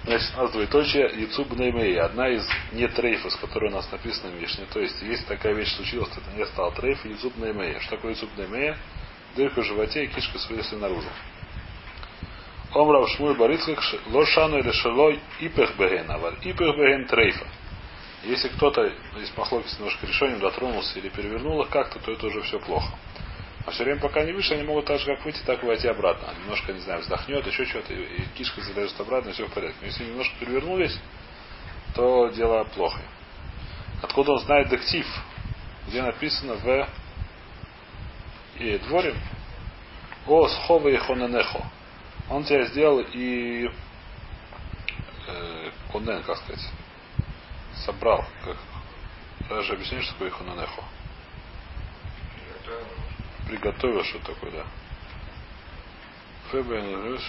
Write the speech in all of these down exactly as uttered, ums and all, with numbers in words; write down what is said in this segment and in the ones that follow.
Значит, у нас двоеточие Яцуб Неймей. Одна из не трейфа, с которой у нас написано в Мишне. То есть, если такая вещь случилась, то это не стал трейф, Яцуб Неймей. Что такое Яцуб Неймей? Дырка в животе и кишка вылезли наружу. Омрав Шмуль Барицкак Лошану или Шелой Ипех Беген. Авар Ипех Беген трейфа. Если кто-то из махлоки с немножко решением дотронулся или перевернул их как-то, то это уже все плохо. А все время, пока не вышли, они могут так же как выйти, так и войти обратно. Немножко, не знаю, вздохнет, еще что-то, и кишка залезет обратно, и все в порядке. Но если немножко перевернулись, то дело плохо. Откуда он знает дектив? Где написано в и дворим? О, схова и хоненехо. Он тебя сделал и э, конен, как сказать, собрал. Как... Даже объяснишь, что такое хоненехо? Приготовил что такое, да. Фэбэн,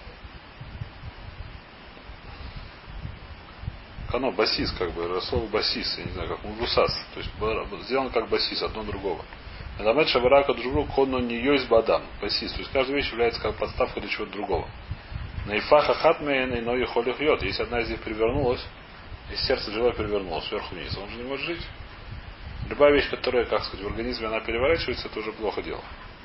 Кано, басис, как бы, слово басис, я не знаю, как мубусас. То есть сделан как басис, одно другого. Адамет шаварака дружбу конно не есть бадам. Басис. То есть каждая вещь является как подставка для чего-то другого. Наифаха хатмейн и ной холих йод. Если одна из них перевернулась, из сердца живое перевернулось сверху вниз, он же не может жить. Любая вещь, которая, как сказать, в организме она переворачивается, это уже плохо дело.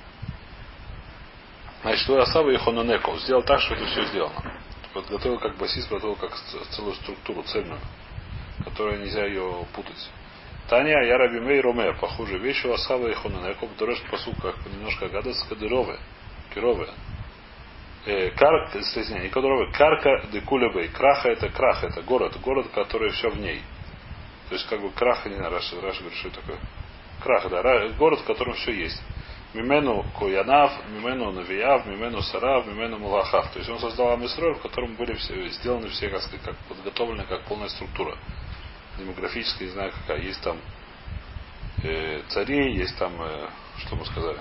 Значит, твой Асава и Хононеко сделал так, что это все сделано. Подготовил как басист, подготовил как целую структуру, цельную, которую нельзя ее путать. Таня, я раби мей роме, похуже вещи у Асава и Хононеко, дорож посуд, как немножко гадас, кадыровые, кировые. Карка, не кадыровые, карка декулебей. Краха это краха, это город, город, который все в ней. То есть, как бы краха, не знаю, Раша, Раша говорит, что это такое. Крах, да, город, в котором все есть. Мимену Коянав, Мимену Навияв, Мимену Сарав, Мимену Мулахав. То есть он создал Амисрой, в котором были все, сделаны все, как сказать, как подготовлены, как полная структура. Демографическая, не знаю какая. Есть там э, цари, есть там, э, что мы сказали,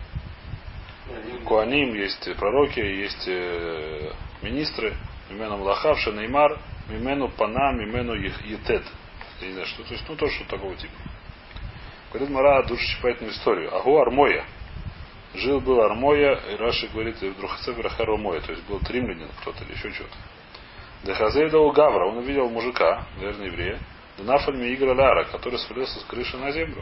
Куаним, есть пророки, есть э, министры. Мимену Мулахав, Шанеймар, Мимену Пана, Мимену Етед. Я не знаю, что, то есть, ну, то, что такого типа. Говорит Мара душесчипательную историю. Агу Армоя. Жил был Армоя, и Раши говорит, вдруг Хацефер Армоя, то есть был тримлянин кто-то или еще что-то. Дехазей дал Гавра, он увидел мужика, наверное, еврея, Донафальми Игра Ляра, который свалился с крыши на землю.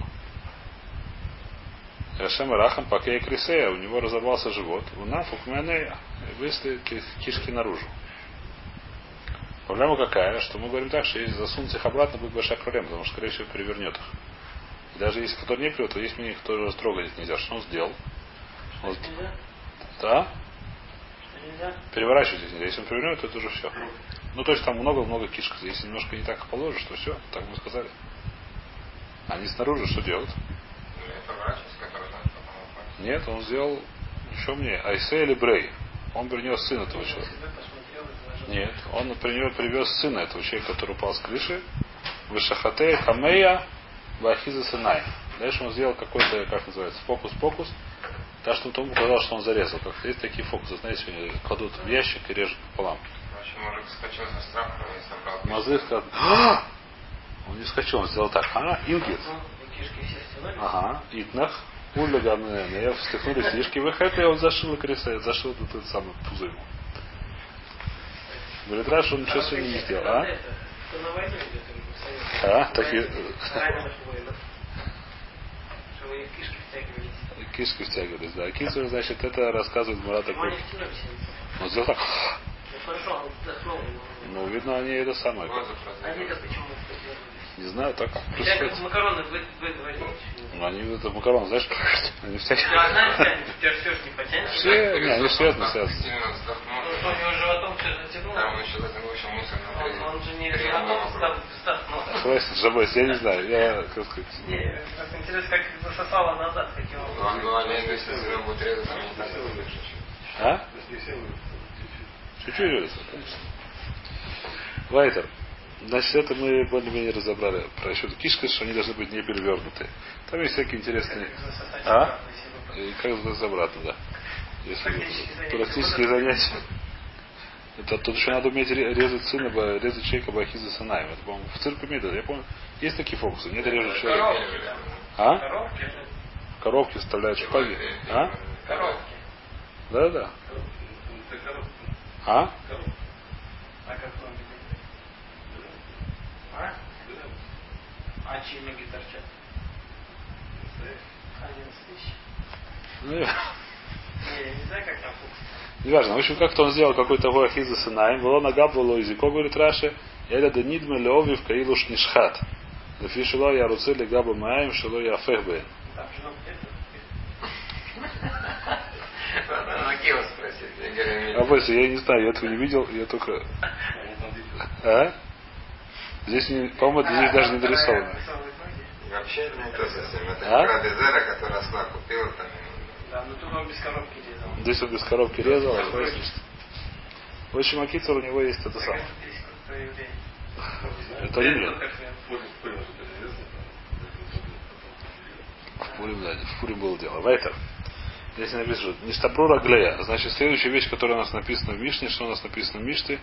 Яшем Рахам Пакея Крисея, у него разорвался живот, у Нафук Менея, высли кишки наружу. Проблема какая, что мы говорим так, что если засунуть их обратно, будет большая проблема, потому что, скорее всего, перевернет их. И даже если который не привел, то есть мне их тоже трогать нельзя. Что он сделал? Он... Да? Переворачивать здесь нельзя. Если он перевернет, то это уже все. Ну, то есть там много-много кишек. Если немножко не так их положишь, то все, так мы сказали. Они снаружи что делают? Нет, он сделал еще мне. Айсе или Брей. Он принес сына этого человека. Нет, он например, привез сына этого человека, который упал с крыши. Вышахате Хамея Бахиза Сынай. Дальше он сделал какой-то, как называется, фокус-покус. Так что тому показалось, что он зарезал. Как есть такие фокусы, знаете, они кладут в ящик и режут пополам. Мужик вскочил со страха и собрал. Мазых сказал, а он не вскочил, он сделал так. А, Ингит. Ага, Итнах. Уля Ганнея. Я встыхнули слишки. Выходит, я вот зашил креса, зашил этот самый пузырь. Говорит, раз, что он ничего сегодня не сделал. А? А, так и... Кишки втягивались, да. Кисур, значит, это рассказывает Мурат такой. Он сделал так. Ну, видно, они это самое. Не знаю, так происходит. Макароны вы говорите. Ну, они это макароны, знаешь, они всякие. А знаешь, у тебя все же не потянешь? Все, не, они связаны, связаны. Ну, у него животом все затянуло. Там еще затянулся мусор. Он же не животом встал. Хватит, Жабойс, я не знаю, я, как сказать. Не, интересно, как засосало назад, каким образом. Ну, они, если зря будет резать, они не засылают. А? Чуть-чуть резать, конечно. Вайтер. Значит, это мы более-менее разобрали про счет кишки, что они должны быть не перевернутые. Там есть всякие интересные... А? И как обратно, да. Если практические занятия. Это тут еще надо уметь резать сына, резать человека Бахиза Санаем. Это, по-моему, в цирке метод. Я помню, есть такие фокусы. Нет, режут человека. А? Коробки. Коробки вставляют шпаги. А? Коробки. Да-да. А? А как он чьи ноги торчат? одиннадцать тысяч. Ну, Не, я не знаю, как там фокус. неважно. В общем, как-то он сделал какой-то вахиз за сынаем. Было нога было языко, говорит Раши. Эля да нидме леови в каилуш нишхат. Лефишило я руцели габа маем, шило я фехбен. Там же ног нет. Надо на Киева спросить. Я говорю, А больше я не знаю, я этого не видел, я только. А? Здесь, не, по-моему, здесь даже не дорисовано. вообще не то совсем. Это А? Крадезера, который осла купила там. Да, но тут он без коробки резал. Здесь он без коробки резал, а здесь. В общем, Акицур у него есть это самое. Это римлян. В Пурим, да, в Пурим было дело. Вайтер. Здесь написано, Ништабру Раглея. Значит, следующая вещь, которая у нас написана в Мишне, что у нас написано в Миште.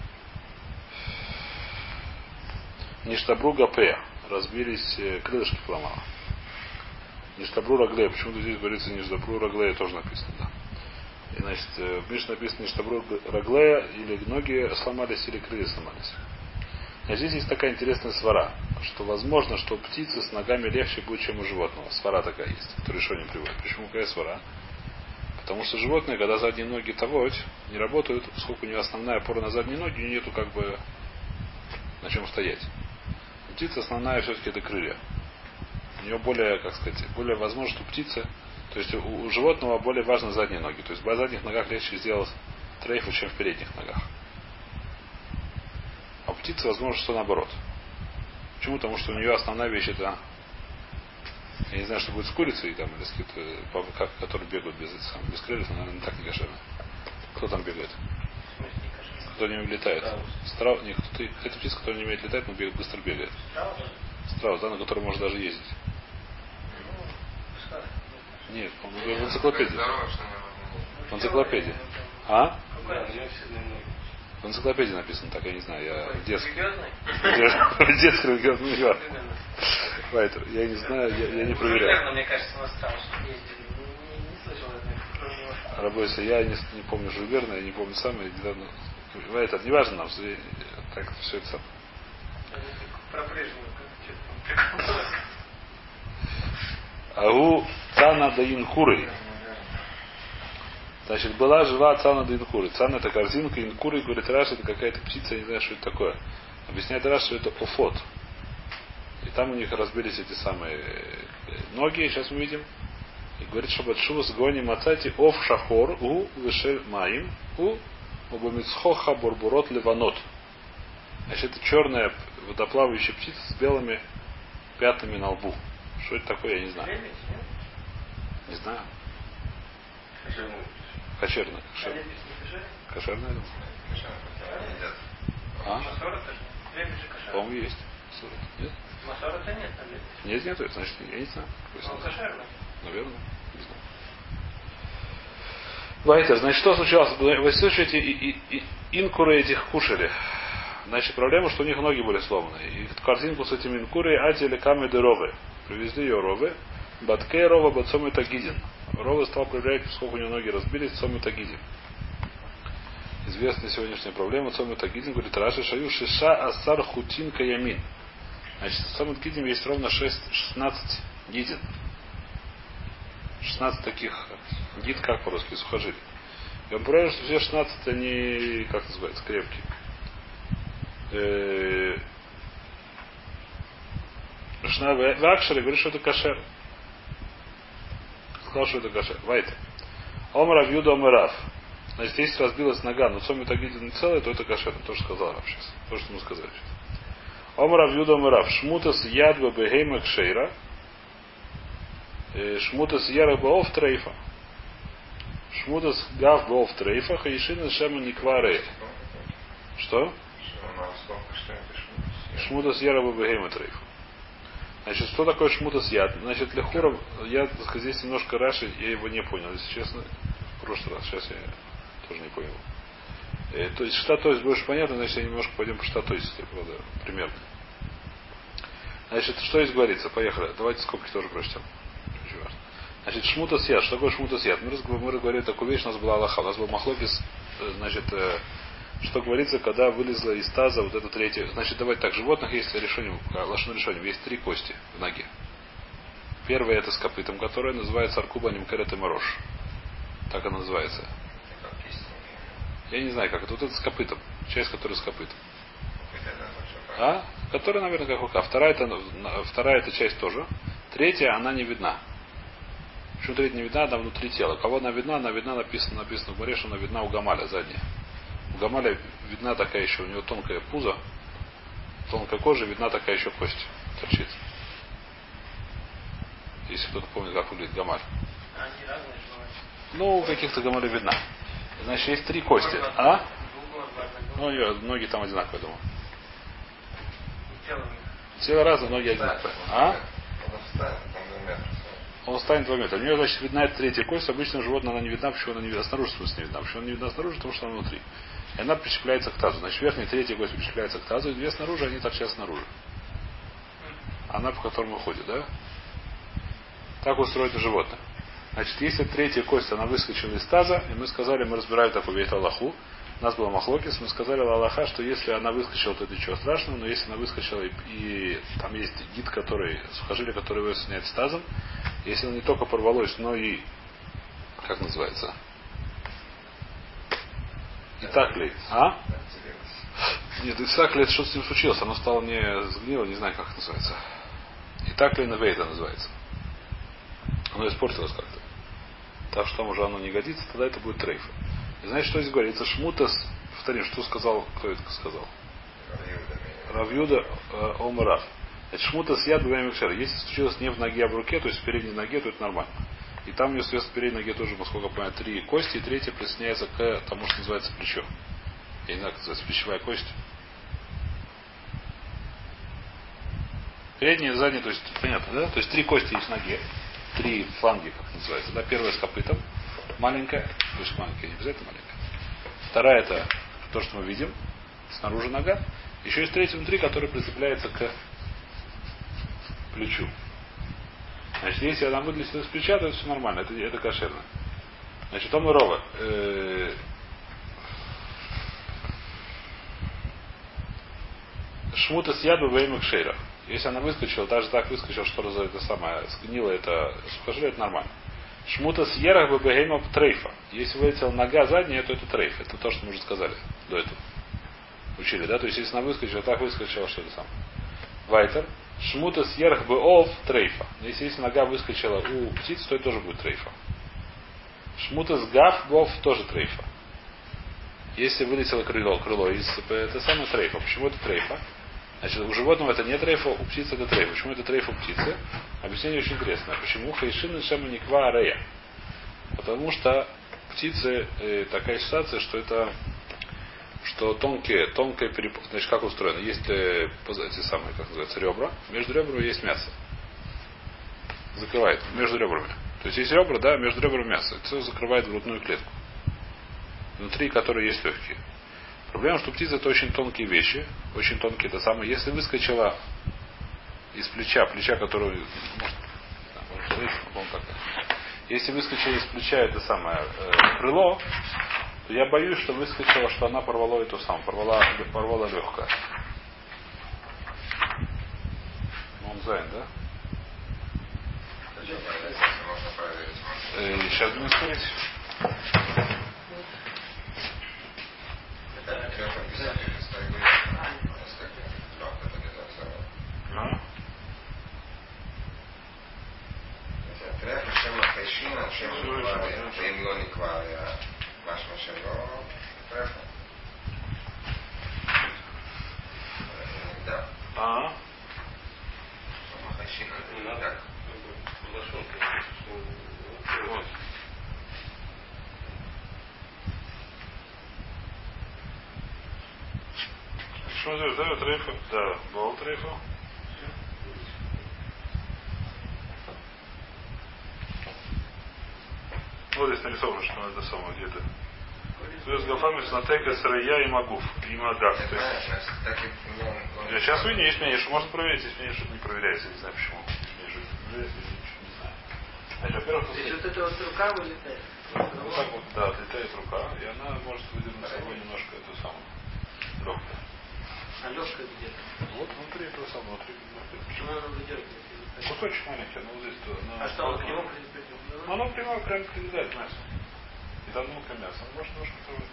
Ништабру Гапея. Разбились, крылышки поломало. Ништабру Раглея. Почему-то здесь говорится Ништабру Раглея, тоже написано, да. И, значит, в Мишне написано Ништабру Раглея, или ноги сломались, или крылья сломались. А здесь есть такая интересная свара, что возможно, что у птицы с ногами легче будет, чем у животного. Свара такая есть, которая решение приводит. Почему какая свара? Потому что животные, когда задние ноги того не работают, поскольку у нее основная опора на задние ноги, у нее нету как бы на чем стоять. У птицы основная все-таки это крылья. У нее более, как сказать, более возможно, что птица, то есть у, у животного более важны задние ноги. То есть в задних ногах легче сделать трейфу, чем в передних ногах. А у птицы возможно, что наоборот. Почему? Потому что у нее основная вещь это, я не знаю, что будет с курицей там, или с какие-то, которые бегают без, без крыльев, но, наверное, так не кошерно. Кто там бегает? Кто не летает? Страус. Нет, кто-то, это птица, которая не умеет летать, но бегает, быстро бегает. Страус, да, на котором может даже ездить. Нет, он в энциклопедии. В энциклопедии. А? В энциклопедии написано так, я не знаю, я в детском. В детском религиозном не важно. Вайтер, я не знаю, я, я не проверял. Мне кажется, на страус ездили. Не, не слышал это. Рабойся, я не, не помню Жульверна, я не помню сам, я недавно. Вайтер, не важно нам, так все это сам. Про прежнего, как что-то. Агу Цана Даин Куры. Значит, была жива Цана Даин Куры. Цана это корзинка, инкуры, говорит Раш, это какая-то птица, я не знаю, что это такое. Объясняет Раш, что это офот. И там у них разбились эти самые ноги, сейчас мы видим. И говорит, что Батшува с гони мацати оф шахор у вышель маим у убамицхоха бурбурот леванот. Значит, это черная водоплавающая птица с белыми пятнами на лбу. Что это такое, я не знаю. Не знаю. Кошерная. Кошерная. Кошерная, я думаю. А? По-моему, есть. Нет? Масора-то нет, нет, нет, значит, я не знаю. Он кошерный. Наверное, не знаю. Вайтер, значит, что случилось? Вы слышите, и, и, и инкуры этих кушали. Значит, проблема, что у них ноги были сломаны. И картинку с этими инкурой атили камеды ровы. Привезли ее ровы. Баткей рова бацом и тагидин. Ровы стал проверять, поскольку у него ноги разбились, цом и тагидин. Известная сегодняшняя проблема. Цом и тагидин говорит, Раши шаю шиша асар хутин каямин. Значит, в цом и тагидин есть ровно шестнадцать гидин. шестнадцать таких гид, как по-русски, сухожилий. И он проверил, что все шестнадцать, они, как называется, крепкие. В Акшере говорит, что это кошер. Сказал, что это кошер. Вайте. Омар Авьюда Омарав. Значит, если разбилась нога, но цоми тагиди не целая, то это кошер. То, что сказал Рав сейчас. То, что мы сказали сейчас. Омар Авьюда Омарав. Шмутас ядба бегейма кшейра. Шмутас яра баов трейфа. Шмутас гав баов трейфа. Хаишина шема никваре. Что? Шмутас яра бегейма трейфа. Значит, что такое шмутас яд? Значит, для хуров, я, так сказать, здесь немножко Раши, я его не понял, если честно, в прошлый раз, сейчас я тоже не понял. Э, то есть, что то есть больше понятно, значит, я немножко пойдем по что то есть, правда, примерно. Значит, что здесь говорится? Поехали. Давайте скобки тоже прочтем. Очень важно. Значит, шмутас яд. Что такое шмутас яд? Мы, мы говорили такую вещь, у нас была Аллаха, у нас был махлокис, значит, э, что говорится, когда вылезла из таза вот это третье. Значит, давайте так, животных есть решение, лошадиным решением, есть три кости в ноге. Первая это с копытом, которая называется аркуба нимкерет и морош. Так она называется. Я не знаю, как это. Вот это с копытом. Часть, которая с копытом. А? Которая, наверное, как рука. Вторая это, вторая эта часть тоже. Третья, она не видна. Почему третья не видна? Она внутри тела. Кого она видна? Она видна, написано, написано в Боре, что она видна у Гамаля, задняя. У Гамаля видна такая еще, у него тонкая пузо, тонкая кожа, видна такая еще кость. Торчит. Если кто-то помнит, как выглядит Гамаль. Они разные бывают. Ну, у каких-то Гамалей видна. Значит, есть три кости. А? Ну, ее, ноги там одинаковые, думаю. Тело разное, ноги одинаковые. А? Он станет два метра. У нее, значит, видна эта третья кость. Обычно животное она не видна, почему она не видна снаружи, в смысле не видна. Почему она не видна снаружи, потому что она внутри. И она прищепляется к тазу. Значит, верхняя третья кость прищепляется к тазу, и две снаружи, они торчат снаружи. Она, по которому ходит, да? Так устроено животное. Значит, если третья кость, она выскочила из таза, и мы сказали, мы разбирали такой весь Аллаху, у нас был Махлокис, мы сказали Аллаха, что если она выскочила, то это ничего страшного, но если она выскочила, и, и там есть гид, который, сухожилие, которое его снять с тазом, если она не только порвалось, но и, как называется, и так ли, а? Нет, и так ли, это что с ним случилось, оно стало не сгнило, не знаю, как это называется. И так ли навей это называется. Оно испортилось как-то. Так что там уже оно не годится, тогда это будет трейф. И знаете, что здесь говорится? Шмутас, повторим, что сказал, кто это сказал? Равьюда э, Омрав. Значит, шмутас яд бываем экшер. Если случилось не в ноге, а в руке, то есть в передней ноге, то это нормально. И там у нее, соответственно, в передней ноге тоже, насколько я понимаю, три кости, и третья присоединяется к тому, что называется плечо. Я не знаю, как называется, плечевая кость. Передняя и задняя, то есть, понятно, да? То есть три кости есть в ноге. Три фланги, как называется. Да, первая с копытом. Маленькая. То есть маленькая, не обязательно маленькая. Вторая это то, что мы видим. Снаружи нога. Еще есть третья внутри, которая прицепляется к плечу. Значит, если она выглядит из плеча, то это все нормально. Это, это кошерно. Значит, он Рова. Э, Шмута с яду во имя кшейра. Если она выскочила, даже так выскочила, что за это самое сгнило, это сухожилие, это нормально. Шмута с ерах бы бегейма трейфа. Если вылетела нога задняя, то это трейф. Это то, что мы уже сказали до этого. Учили, да? То есть, если она выскочила, так выскочила, что это самое. Вайтер. Шмута с ерах бы ов трейфа. Но если, если нога выскочила у птиц, то это тоже будет трейфа. Шмута с гав бов тоже трейфа. Если вылетело крыло, крыло из это самое трейфа. Почему это трейфа? Значит, у животного это не трейфа, у птицы это трейфа. Почему это трейфа у птицы? Объяснение очень интересное. Почему хайшин шема никва арея? Потому что птицы э, такая ситуация, что это что тонкие, тонкое переп... Значит, как устроено? Есть э, эти самые, как называется, ребра. Между ребрами есть мясо. Закрывает. Между ребрами. То есть есть ребра, да, между ребрами мясо. Это все закрывает грудную клетку. Внутри которой есть легкие. Проблема, что птицы это очень тонкие вещи. Очень тонкие, это самое. Если выскочила из плеча, плеча, которую. Может, может смотрите, по-моему, так. Если выскочила из плеча это самое э, крыло, то я боюсь, что выскочила, что она порвала эту самую, порвала, порвала легкое. Он занят, да? Э, сейчас будем смотреть. ואם לא נקבע היה משהו שלא טרפה. נגדה. אה? מחיישים נגדה. Что это? Да, трейфа? Да, был трейфа. Вот здесь нарисовано, что это самое где-то. То есть гафами снатека сырая и магуф. И магав. Сейчас вы не есть мнение, что можно проверить, если мнение что-то не проверяется. Не знаю почему. Если мнение что-то не проверяется, я ничего не знаю. Значит, во-первых, то есть вот это вот рука вылетает. Вот так вот, да, отлетает рука, и она может выдернуть с собой немножко эту самую легкую. А легкая где-то? Вот внутри этого самого, внутри. Почему она выдергивает? Кусочек маленький, оно вот здесь. А что, он к нему прилепит? Ну, оно прямо прям прилетает мясо. И там много мяса. Он может немножко трогать.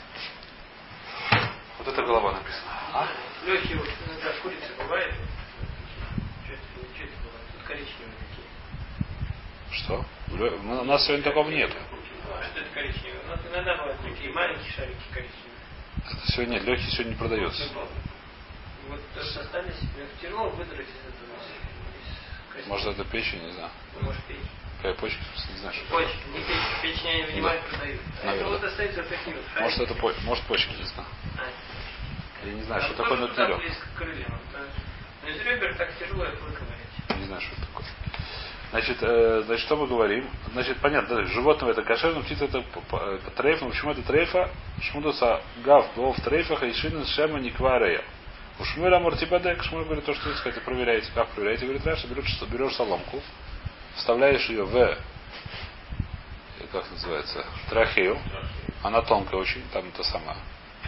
Вот это голова написана. А? Легкие, вот иногда в курице бывает. Что это бывает? Тут коричневые такие. Что? У нас сегодня такого нету. А что это коричневые? У нас иногда бывают такие маленькие шарики коричневые. Это сегодня нет, легкий сегодня не продается. Вот то, что остались, тяжело выдрать из этого. Из может это печень, не знаю. Может печень. Какая почка, не знаю, что. Почки, не печень, печень они вынимают, да. Продают. А это вот остаются вот такие вот. Может это по... может почки, не знаю. А. Я не знаю, а что такое, но это не близко к крыльям. Но из ребер так тяжело их выковырять. Не знаю, что это такое. Значит, э, значит, что мы говорим? Значит, понятно, да, животное это кошер, но птица это, это трейф. Но почему это трейфа? Шмудуса гав в трейфах и шины шема никварея. У Шмуэля мортипадек, Шмуэль говорит то, что вы сказать, проверяете. Как проверяете? Говорит, Раша, берешь, берешь соломку, вставляешь ее в, как называется, трахею. Она тонкая очень, там это самое.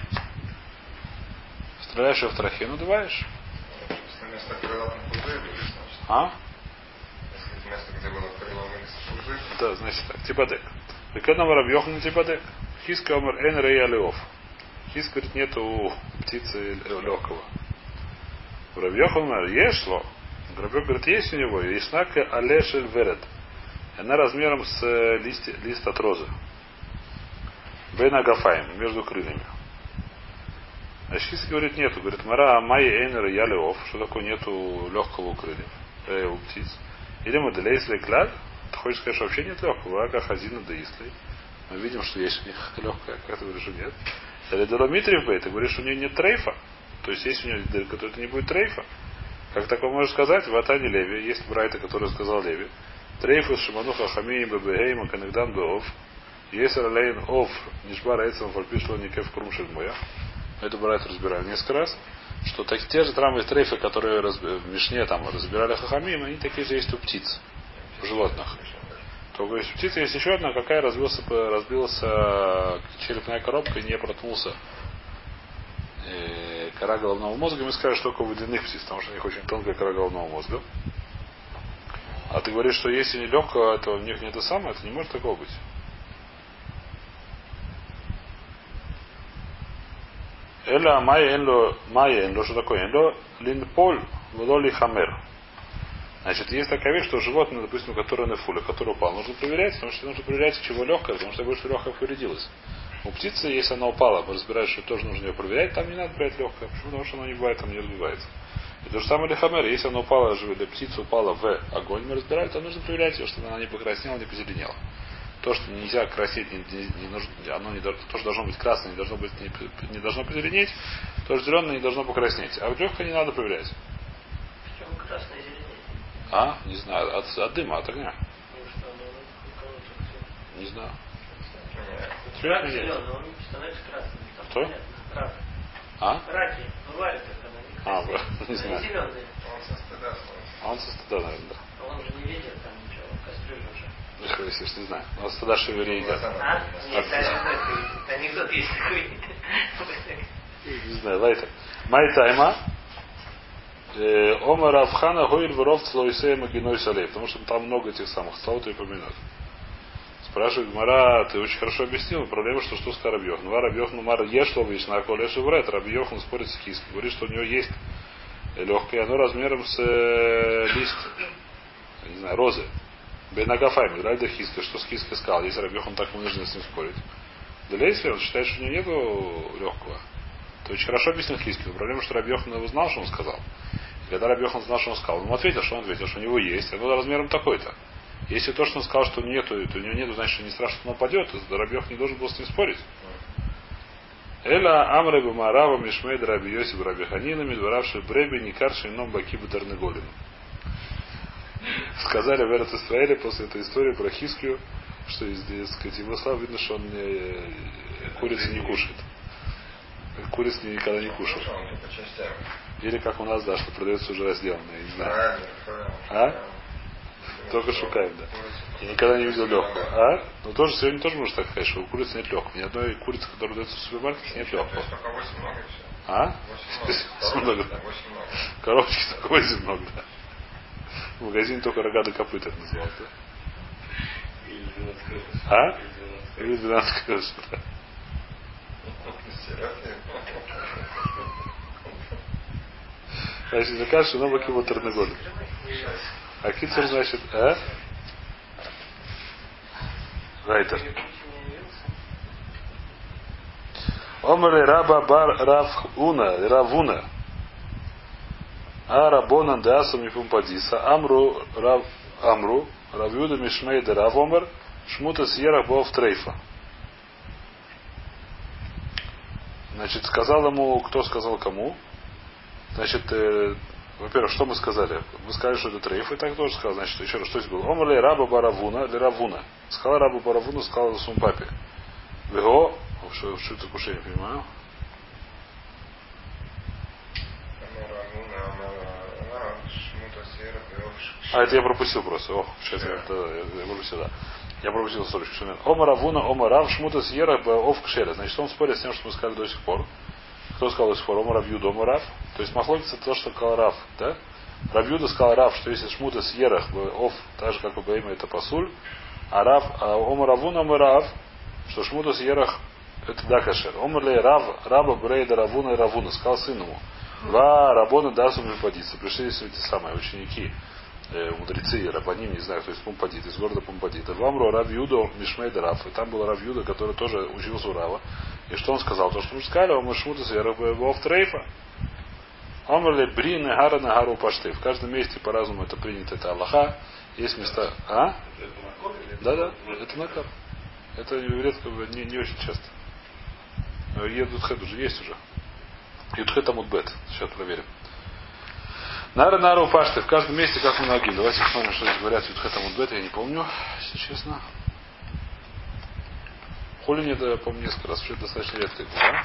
Вставляешь ее в трахею, надуваешь. Место крыла там пузырь, значит. А? Место, где было крыло, пузырь. Да, значит так. Типадек. Прикольно Рабьёхан на типадек. Хиска омер эн рея леов. Хис говорит, нету у птицы легкого. Рабьёхан омер ешло. Рабьёх говорит, есть у него. И снака алешель веред. Она размером с лист, лист от розы. Бен агафаем, между крыльями. А Хис говорит, нету. Говорит, мара май эйнер я леов. Что такое нету легкого у крыльев? Э, у птиц. Или мы делейсли клад. Ты хочешь сказать, что вообще нет легкого? Ага, хазина да исли. Мы видим, что есть у них легкая. Как ты говоришь, что нет? Или Доломитрив бей, ты говоришь, что у нее нет трейфа. То есть есть у нее дырка, то это не будет трейфа. Как такое можешь сказать? В Атане Леви. Есть Брайта, который сказал Леви. Трейфус шимануха хамиим бебегейма канагдам беов. Есть ралейн ов нишбар эйцам фальпишло никев крумшель моя. Это Брайта разбираем несколько раз. Что так, те же травмы трейфы, которые раз, в Мишне там разбирали хахамим, они такие же есть у птиц, у животных. Только есть у птицы есть еще одна, какая разбился, разбилась черепная коробка и не проткнулся э, кора головного мозга. Мы скажем, что только у водяных птиц, потому что у них очень тонкая кора головного мозга. А ты говоришь, что если не легкого, то у них не это самое, это не может такого быть. Эла майя энло, майя энло, что такое? Энло линполь влоли хамер. Значит, есть такая вещь, что животное, допустим, которое на фуле, которое упало, нужно проверять, потому что нужно проверять, чего легкое, потому что больше легкое повредилось. У птицы, если она упала, мы разбираем, что тоже нужно ее проверять, там не надо проверять легкое. Почему? Потому что оно не бывает, там не разбивается. И то же самое лихамер, если она упала, или птица упала в огонь, мы разбираем, то нужно проверять ее, чтобы она не покраснела, не позеленела. То, что нельзя красить, не, не, не нужно, оно не, то, что должно быть красное, не должно быть не, не должно позеленеть, то, что зеленое не должно покраснеть. А в легкое не надо проверять. Почему красное зеленее? А? Не знаю. От, от дыма, от огня. Не знаю. Рак зеленый, он становится красным. Кто? Рак. А? Раки. Бывает это, а, не знаю. Они зеленые. Он со стыда. А он со стыда, наверное, да. Он уже не видит там ничего, кастрюлю уже. Ну, если не знаю. Но стыда шевели едят. А? Нет, это анекдот есть такой. Не знаю, лайтер. Май тайма. Омар Авхана Гойль Воров Цлоисея Магиной Салей. Потому что там много этих самых слов и упоминают. Спрашивает Гмара, ты очень хорошо объяснил. Проблема, что что сказал Рабьёхан. Ну, Рабьёхан Мар ешло вишна, коля шеврет. Рабьёхан спорит с Хиском. Говорит, что у него есть легкое, оно размером с э, лист, не знаю, розы. Бенагафайм, Ральда Хиска. Что с Хиской сказал? Если Рабьёхан так вынужден с ним спорить. Да если он считает, что у него нету легкого, то очень хорошо объяснил Хиски. Но проблема, что Рабьёхан его знал, что он сказал. И когда Рабьёхан знал, что он сказал, он ему ответил, что он ответил, что у него есть, оно размером такой-то. Если то, что он сказал, что нету, то у него нету, значит, что не страшно, что он упадет, то Рабьёхан не должен был с ним спорить. Эла Амры Бамарава Мишмейд Раби Йосиф Раби Ханина Медваравши Бреби Никарши Ном Баки Батарныголин. Сказали в Эрец Исраэле после этой истории про Хискию, что из, сказать, его слав видно, что он не, курицу не кушает. Курицу никогда не кушает. Или как у нас, да, что продается уже разделанное, не знаю. А? Только шукаем, да. Я никогда не видел легкого. А? Ну тоже сегодня тоже можно так сказать, что у курицы нет легкого. Ни одной курицы, которая дается в супермаркете, нет легкого. А? Много, да. Коробочки только восемь много, да. В магазине только рога до копыт это называлось, да? А? Или двенадцать крыш, да. Значит, закажешь, но баки вот года. А кицур значит, а? Райтер. Омре раба бар рав уна, равуна. А рабонан де асу мифум падиса. Амру рав амру. Равюда мишмей де рав омер. Шмута сьерах бов трейфа. Значит, сказал ему, кто сказал кому. Значит, э, во-первых, что мы сказали? Мы сказали, что это трейф, и так тоже сказал. Значит, еще раз, что здесь было? Омр ли раба баравуна, ли равуна. Сказал раба баравуна, сказал это своему папе. Вего, что, что это такое, я не понимаю. А, это я пропустил просто. Ох, сейчас я, это, я пропустил, да. Я пропустил сорочку. Ома равуна, ома рав, шмута сьера, ов кшера. Значит, он спорит с тем, что мы сказали до сих пор. Кто сказал до сих пор? Ома равью, ома рав. То есть махлокис это то, что сказал рав, да? Равьюда сказал рав, что если шмута сьерах, ов, так же, как у Баима, это пасуль. А рав, а ома равуна, ома рав, что шмута сьерах, это да кашер. Ома ли рав, раба брейда равуна и равуна. Сказал сыну ему. Ва рабона дасу мипадица. Пришли эти самые ученики. Мудрецы, рабаним, не знаю, кто из Пумпадит, из города Пумпадита. В Амру Рав Юдо Мишмейда Раф. И там был Рав Юда, который тоже учился у Рава. И что он сказал? То, что мы сказали, он Мишмута Сверов Трейфа. Амрли Брин и Гара на Гару Пашты. В каждом месте по-разному это принято, это Аллаха. Есть места. А? Да, да, это накар. Это редко, не, не очень часто. Едутхед уже есть уже. Едутхед Амудбет. Сейчас проверим. Нара Нару Пашты. В каждом месте, как мы ноги. Давайте посмотрим, что здесь говорят. Ютхет Амудбет, я не помню, если честно. Хулин это, я помню, несколько раз. Все это достаточно редко, да?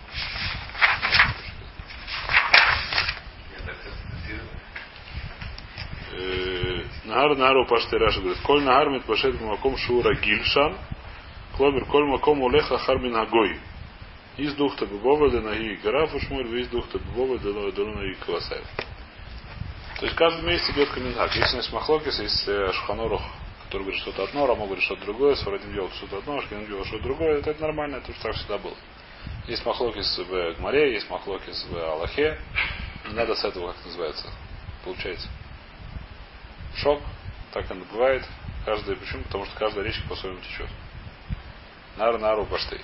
Нагар Нару Пашты Раша говорит. Коль Нагар Митпашет Маком Шура Гильшан. Кломер Коль Маком Улеха Хармин Агой. Из духта Бубова Денаги Гарафу Шмуль, из духта Бубова Денаги Квасаев. То есть в каждом месте идет комментарий. Если есть махлокис, есть шуханорух, который говорит что-то одно, Рамо говорит что-то другое, Сварадим делает что-то одно, Шкиним делает что-то другое, это, это нормально, это так всегда было. Есть махлокис в Гмаре, есть махлокис в Аллахе. Не надо с этого, как это называется, получается. Шок, так оно бывает. Каждая, почему? Потому что каждая речка по-своему течет. Нар нару башты.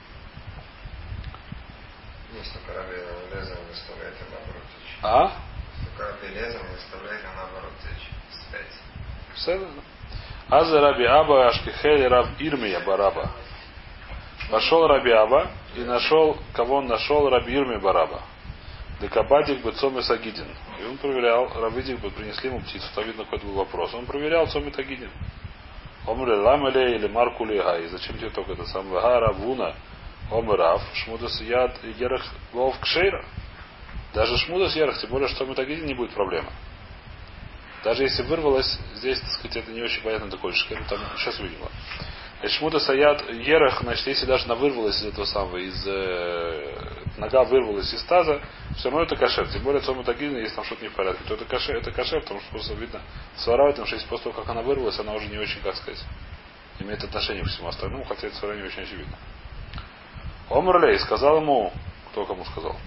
Если корабли лезом выставляет, и наоборот течь. А? Корабли лезом выставляет, и наоборот течь. Спять. Все, Аза Раби Аба Ашкихели Рав Ирмия Бараба. Пошел Раби Аба и нашел, кого он нашел, Раби Ирмия Бараба. Декабадик бы Цоми Сагидин. И он проверял, Равидик бы принесли ему птицу, там видно какой-то был вопрос. Он проверял Цоми Тагидин. Омре Ламеле или Марку Легай. Зачем тебе только это сам Ага Равуна Омрав Шмудас Яд Ерах Вов Кшейра. Даже Шмудас Ерах, тем более, что Цоми Тагидин не будет проблемы. Даже если вырвалось, здесь, так сказать, это не очень понятно такой же, там сейчас увидим. Шмуда Саят Ерах, значит, если даже она вырвалась из этого самого, из э, нога вырвалась из таза, все равно это кашер. Тем более Цома Тагидин, если там что-то не в порядке, то это кашер, это кашер, потому что просто видно, свара, потому что если после того, как она вырвалась, она уже не очень, как сказать, имеет отношение к всему остальному, хотя это свара не очень очевидно. Омрлей сказал ему, кто кому сказал?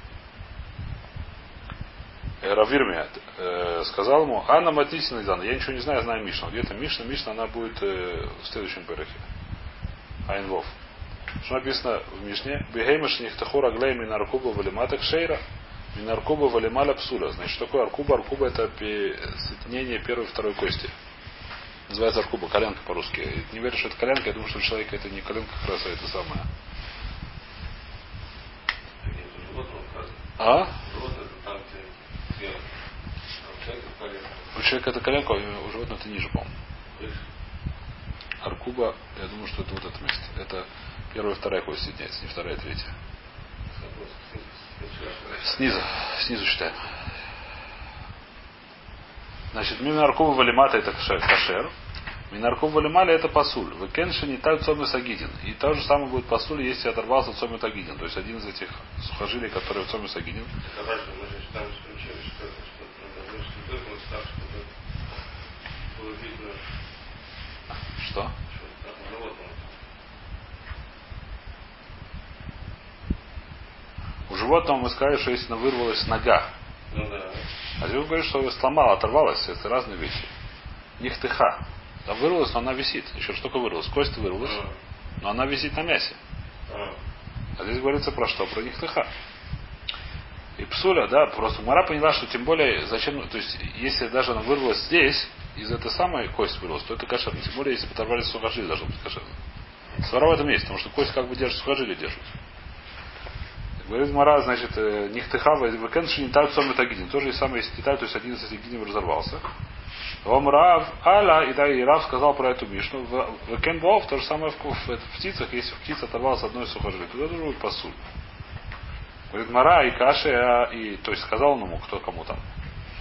Равирмия э, сказал ему, Анна Матнисина Идан, я ничего не знаю, я знаю Мишну. Где-то Мишна, Мишна, она будет э, в следующем перехе. Айнвов. Что написано в Мишне? Бегеймаш нихтахур аглей минаркуба валиматак шейра, минаркуба валималя псуля. Значит, что такое аркуба? Аркуба это соединение первой и второй кости. Называется аркуба, коленка по-русски. Я не верю, что это коленка, я думаю, что у человека это не коленка, как раз, а это самое. А? У человека это коленка, у животного это ниже, по-моему. Аркуба, я думаю, что это вот это место. Это первая и вторая кость соединяется, не вторая и третья. Снизу, снизу считаем. Значит, минаркова валимата это кашер. Минаркова валимали это пасуль. Векенши не таль цомис агидин. И то же самое будет пасуль, если оторвался цомит агидин. То есть один из этих сухожилий, которые в цомис агидин. Это важно, мы же там исключили, что это что-то. Что это вот так, что было видно. Что? Ну вот он. У животного мы сказали, что если она вырвалась нога. Ну да. А здесь говорит, что ее сломала, оторвалась. Это разные вещи. Нихтыха. Там вырвалась, но она висит. Еще что такое вырвалась? Кость вырвалась, А. но она висит на мясе. А. А здесь говорится про что? Про нихтыха. И псуля, да, просто Мара поняла, что тем более, зачем, то есть, если даже она вырвалась здесь, из этой самой кость вырвалась, то это кошерно. Тем более, если бы оторвали сухожилие, должно быть кошерно. Свара в этом есть, потому что кость как бы держит, сухожилие держит. Говорит Мара, значит, нихтыхава, векенши не тают сомет агидин. Тоже и самое, если не то есть один из этих гидин разорвался. Вам Рав, Аля, и да, и Рав сказал про эту мишну. В Кенбов то же самое в, в, в птицах, если птица оторвалась одной из сухожилий, туда тоже будет пасуль. Говорит Мара и Каши, и, то есть сказал он ему, кто кому там.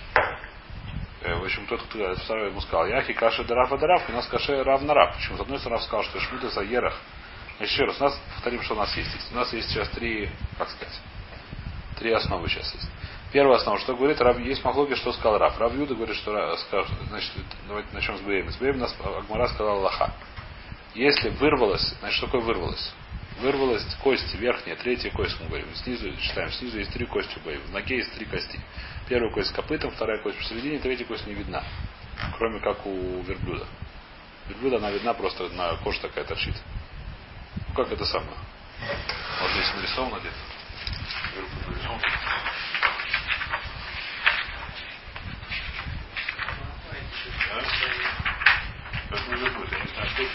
В общем, тот, кто второй ему сказал, Яхи Каши Дарав и Дарав, у нас Каши Рав на Рав. Почему? С одной стороны, Рав сказал, что Шмида за Ерах. Еще раз, у нас повторим, что у нас есть. У нас есть сейчас три, как сказать, три основы сейчас есть. Первая основа, что говорит, Рав, есть махлоки, что сказал Рав. Рав Юда говорит, что скажет, значит, давайте начнем с Бейм. С Бейм нас Агмара сказала Лаха. Если вырвалось, значит, что такое вырвалось? Вырвалась кость верхняя, третья кость, мы говорим. Снизу, считаем, снизу есть три кости у Бейм. В ноге есть три кости. Первая кость с копытом, вторая кость посередине, третья кость не видна. Кроме как у верблюда. Верблюда она видна, просто на кожа такая торчит. Ну как это самое? Вот здесь нарисовано где-то. Верблюд нарисован. Да? Как не верблюд, я не знаю, что это.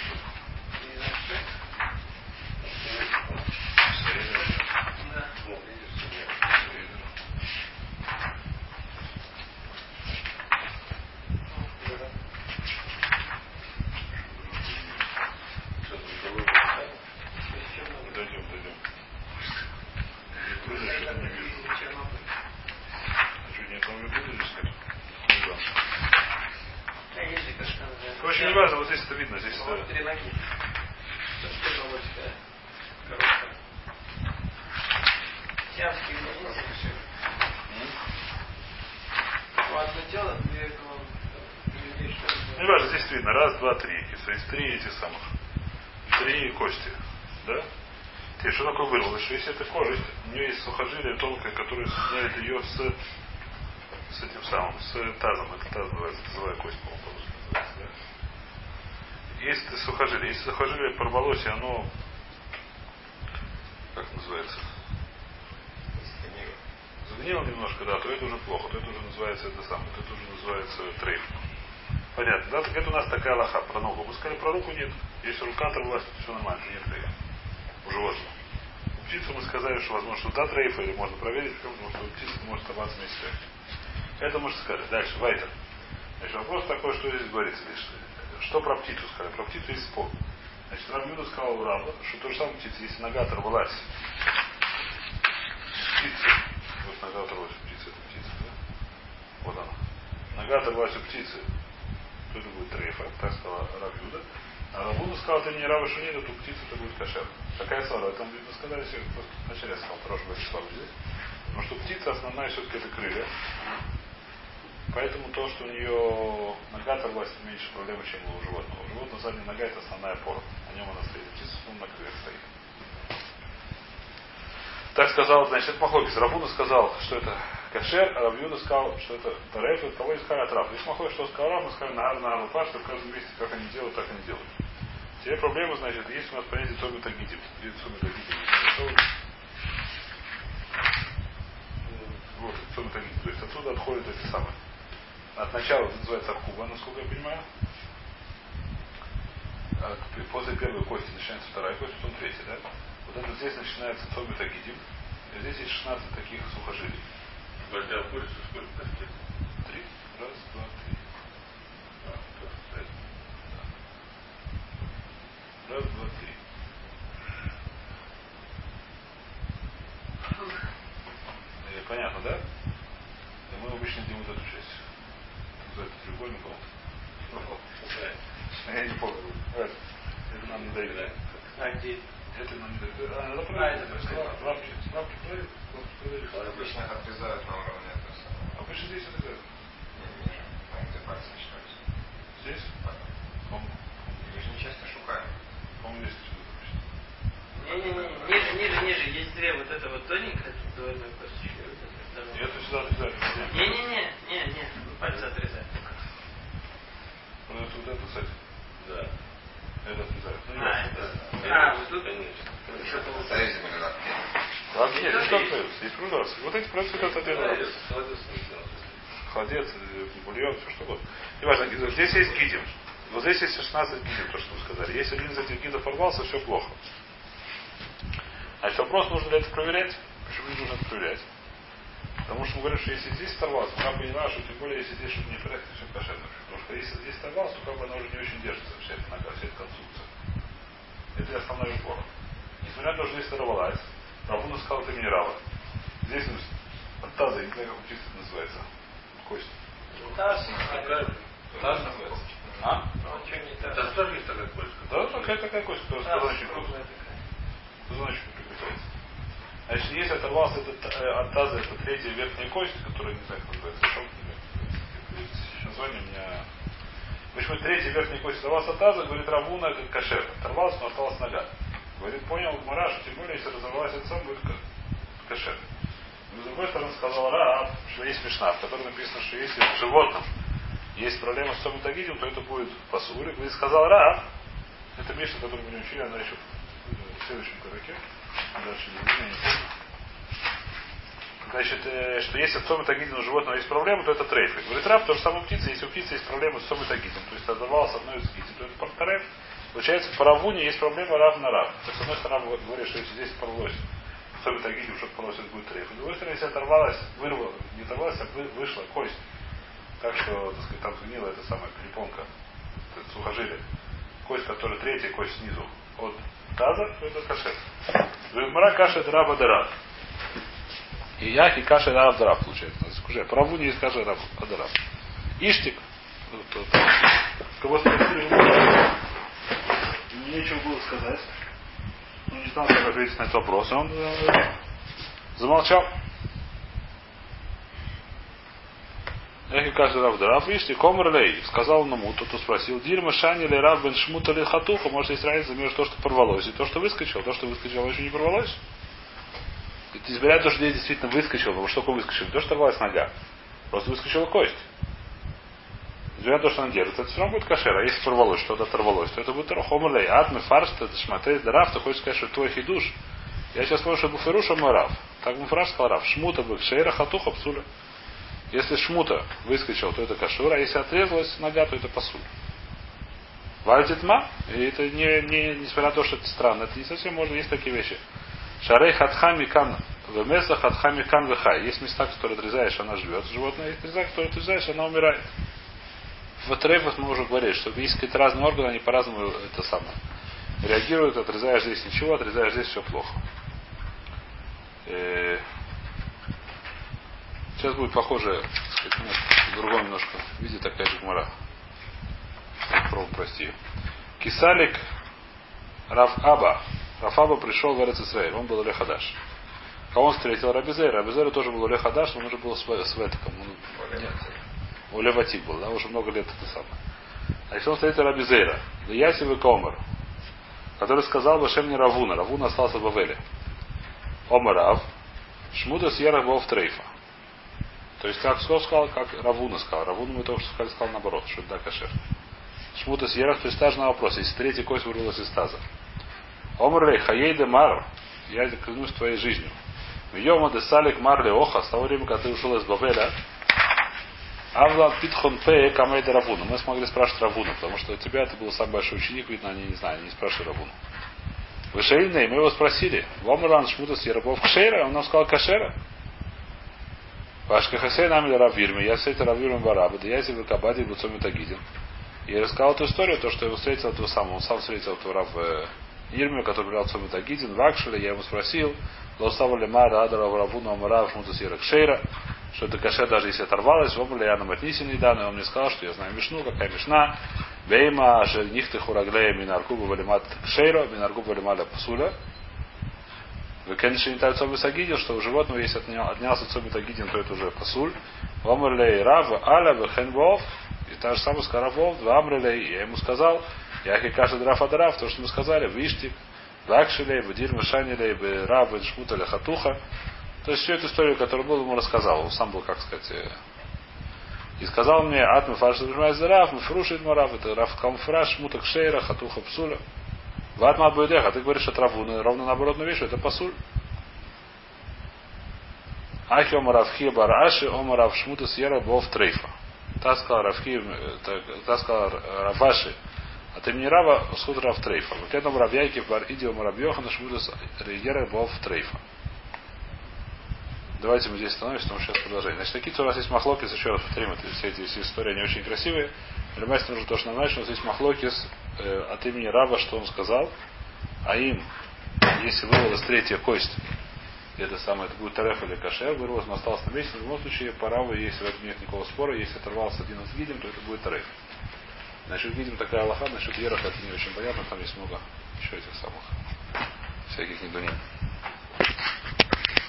Очень важно, вот здесь это видно, здесь это... Три ноги. Сиамские близнецы. Одно тело, две головы. Не важно, здесь видно. Раз, два, три. То есть три этих самых. Три кости. Да? Теперь, что такое вырвалось? Что если это кожа, у нее есть сухожилие тонкое, которое соединяет ее с, с этим самым, с тазом. Это таз называется, тазовая кость, по-моему, по-русски называется, да? Если это сухожилие, если сухожилие порвалось, и оно, как называется? Загнило немножко, да, то это уже плохо, то это уже называется это самое, то это уже называется трейф. Понятно, да? Так это у нас такая лоха про ногу. Мы сказали, про руку нет. Если рука оторвалась, то все нормально, нет трейфа. У животного. У птицы мы сказали, что возможно, что да, трейфа, или можно проверить, потому что у птицы может оторваться вместе трейфа. Это можно сказать. Дальше, Вайтер. Значит, вопрос такой, что здесь говорится. Что про птицу сказали? Про птицу есть спор. Значит, Рав Юда сказал у Раба, что то же самое птица, если нога оторвалась. Птица. Вот нога оторвалась у птицы, это птица, да? Вот она. Нога оторвалась у птицы, то это будет трейфа, так сказал Рав Юда. А Рав Юда сказал, это не Рава Шунина, то у птицы это будет кошер. Какая слава? Это мы сказали, если просто вначале я сказал, хорошо, будет слава здесь. Потому что птица основная все-таки это крылья. Поэтому то, что у нее нога оторвалась, меньше проблемы, чем у животного. У животного задняя нога это основная опора. На нем она стоит. Птица ну, на крыльях стоит. Так сказал, значит, это Махлокис. Рабуна сказал, что это кашер, а Рабьюда сказал, что это тареф, и кого искали от Рав. Если Махлокис, что сказал Рав, мы сказали на на Арбапа, что в каждом месте, как они делают, так они делают. Теперь проблема, значит, есть у нас понятие Томи Тагидим. Где Томи Тагидим? Вот, Томи Тагидим. То есть отсюда отходят эти самые. От начала это называется Аркуба, насколько я понимаю. А после первой кости начинается вторая кость, потом третья, да? Вот это здесь начинается Томи Тагидим. И здесь есть шестнадцать таких сухожилий. Вольтер курица сколько костей? Три. Раз, два, три. А, то есть, да. Раз, два, три. И понятно, да? И мы обычно делаем вот эту часть. называется треугольником. Я не помню. Это нам не дает. А где? Это нам не дает. А, надо А, это проверить. Справки. Справки проверить. Обычно их отрезают на уровне этого самого. Обычно здесь отрезают. Не-не-не. Там где пальцы начинаются. Здесь? По-моему. Мы же не часто шукаем. По-моему, здесь что-то написано. Не-не-не, ниже, ниже, ниже. Есть две вот это вот тоненькая, двойной косточка. Вот это И второе. это сюда отрезали. Не-не-не, не-не, пальцы отрезать. Вот это вот это, кстати. Да. Это отрезают. Ну, А, ясно. это. А, вот тут. Конечно. Что-то вот. Срези были лапки. Как нет, не остается. Есть продукты. Вот эти продукты это делают. Холодец не сделал. Холодец, бульон, все что угодно. Неважно, здесь есть гидим. Вот здесь есть шестнадцать гидим, то, что вы сказали. Если один из этих гидов порвался, все плохо. Значит, вопрос, нужно ли это проверять? Почему не нужно это проверять? Потому что мы говорим, что если здесь оторвался, я понимаю, что тем более, если здесь что-то не порядке, все кошерно. Потому что если здесь оторвался, то как бы она уже не очень держится, вся эта нога, вся эта конструкция. Это основной упор. Несмотря на то, что здесь оторвалась, Равуна сказал, это минералы. Здесь от таза, я не знаю, как чисто это называется. Кость. Таз. Таз называется. А? Он что не таз? Там тоже есть такая колька. Да, такая такая кость, которая с Таз, позвоночником. круглая такая. Позвоночник приключается. Значит, если оторвался этот, э, от таза, это третья верхняя кость, которая, не знаю, как называется, что название у меня... В общем, третья верхняя кость оторвалась от таза, говорит, Равуна, это кошер. Оторвалась, но осталась нога. Говорит, понял, Мараш, тем более, если разорвалась это сам, будет кошер. Но, с другой стороны, сказал Раав, что есть мишна, в которой написано, что если в животном есть проблема с соматогидием, то это будет пасури. Говорит, сказал Раав, это мишна, которую мы не учили, она еще в следующем тараке. Дальше не помню. Значит, э, что если в соматогидине у животного есть проблема, то это трейф. Говорит Рав, то же самое у птицы, если у птицы есть проблема с соматогидием, то есть оторвалась одной из гидин, то это трейф. Получается, по равуне есть проблема рав на рав. То есть, с одной стороны, говорит, что если здесь порвалось, особенно гидим, что порвалось, это будет трейф. С другой стороны, если оторвалась, вырвала, не оторвалась, а вышла кость, так что, так сказать, там сгнила эта самая клепонка, это сухожилие, кость, которая третья кость снизу от таза, то это кашер. Говорит, мара каша это раба дараб. И яхи каша раб дараб получается. Уже по равуне есть каша раб дараб. Иштик. Кого спросили, мне нечего было сказать. Он не знал, как ответить на этот вопрос. Он э, замолчал. Эхи каждый рав да рав ишти, комар лей. Сказал он ему, тот, кто спросил, дирма шани ли рав бен шмута ли хатуха, может есть разница между то, что порвалось, и то, что выскочило. То, что выскочило, еще не порвалось. Это избирает то, что здесь действительно выскочило. Потому что такое выскочило? То, что порвалась нога. Просто выскочила кость. Несмотря на то, что она держится, это все равно будет кашер. А если порвалось, что-то оторвалось, то это будет хомерлей. Атмы, фарш, это шматей, дарав, ты хочешь сказать, что твой хидуш. Я сейчас помню, что буферуша мой рав. Так буфераш сказал рав. Шмута бы кшейра хатуха псуля. Если шмута выскочил, то это кашур, а если отрезалась нога, то это пасуль. Вальтитма, и это не, не, несмотря на то, что это странно, это не совсем можно, есть такие вещи. Шарей хатхами кан вемеса хатхами кан вехай. Есть места, которые отрезаешь, она живет, животное, есть места, которые отрезаешь, она умирает. В трейфах мы уже говорили, что есть какие-то разные органы, они по-разному это самое реагируют, отрезаешь здесь ничего, отрезаешь здесь все плохо. Э, Сейчас будет похоже, так сказать, в другом немножко виде такая же гмара. Попробуем прости. Кисалик Раф Аба. Раф Аба пришел в Эрец Исраэль, он был Олехадаш. А он встретил Рабизера. Рабизера тоже был Олехадаш, он уже был с, с Ветком. Нет. Улеватик был, да, уже много лет это самое. А если он встретил Рабизера, Ясив и Комар, который сказал Башем не Равуна, Равуна остался в Бавеле. Омарав, Шмуда Сьерра был в Трейфа. То есть, как Сков сказал, как Равуна сказал. Равуна мы только что сказали, сказал наоборот, что это да, кашер. Шмуда Сьерра, то есть стаж на вопрос, если третья кость вырвалась из таза. Омарлей, Хаей де Мар, я клянусь твоей жизнью. Йома де Салик Марли Оха, с того времени, когда ты ушел из Бавеля, Авла Питхон П. Камейда Равуна. Мы смогли спрашивать Равуна, потому что у тебя это был самый большой ученик, видно, они не знают, они не спрашивали Равуна. Вышеильный, мы его спросили, Вомран Шмутас Ярабов Кшера, он нам сказал Кашера. Вашка Хасей нам или Равирми, я встретил Равирми Бараба, да я себе Кабади и Буцоми Тагидин. И я рассказал эту историю, то, что я его встретил этого самого, он сам встретил этого Рав Ирмию, который брал Цоми Тагидин, в Акшеле, я ему спросил, Лосава Лемара Адара Равуна Омара Шмутас Ярабов Кшера. что это кашер, даже если оторвалось, вобрали я на матнисин недавно, и он мне сказал, что я знаю мишну, какая мишна, бейма, жернихты хураглея, минаргуба валимат кшейро, минаргуба валималя псуля. Вы, конечно, не так цоби сагидин, что у животного, если отнял, отнялся цоби тагидин, то это уже пасуль. Вамрлей рав аля вехенвов, и та же самая скаравов, два амрлей, я ему сказал, я хикаша драф адарав, то, что мы сказали, виштик, вакшилей, вдир мешанилей, рав, шмуталя хатуха. То есть всю эту историю, которую был, ему рассказал. Он сам был, как сказать. И сказал мне, ат мы фарш раф, мы фрушит марав, это раф камфраш, мутак шейра, хатуха псуля. Ват мат буйдех, а ты говоришь, это раву, ровно наоборот вещь, это пасуль. Ахи омарав хиба раши, омарав шмута сьера бов трейфа. Та сказал равхи, та сказал раваши, а ты мне рава схуд рав трейфа. Вот это муравьяйки бар иди омарав йохана шмута сьера бов трейфа. Давайте мы здесь остановимся, потому что сейчас продолжаем. Значит, такие у нас есть махлокис, еще раз повторим, это, все эти все истории, они очень красивые. Понимаете, нужно то, что нам начать, у нас есть махлокис э, от имени раба, что он сказал, а им, если вырвалась третья кость, это самое, это будет тареф или кашер, вырвалась, но осталось на месте, в любом случае, по раву, если в этом нет никакого спора, если оторвался один из гидим, то это будет тареф. Насчет гидим такая аллаха, насчет ераха это не очень понятно, там есть много еще этих самых всяких недунин.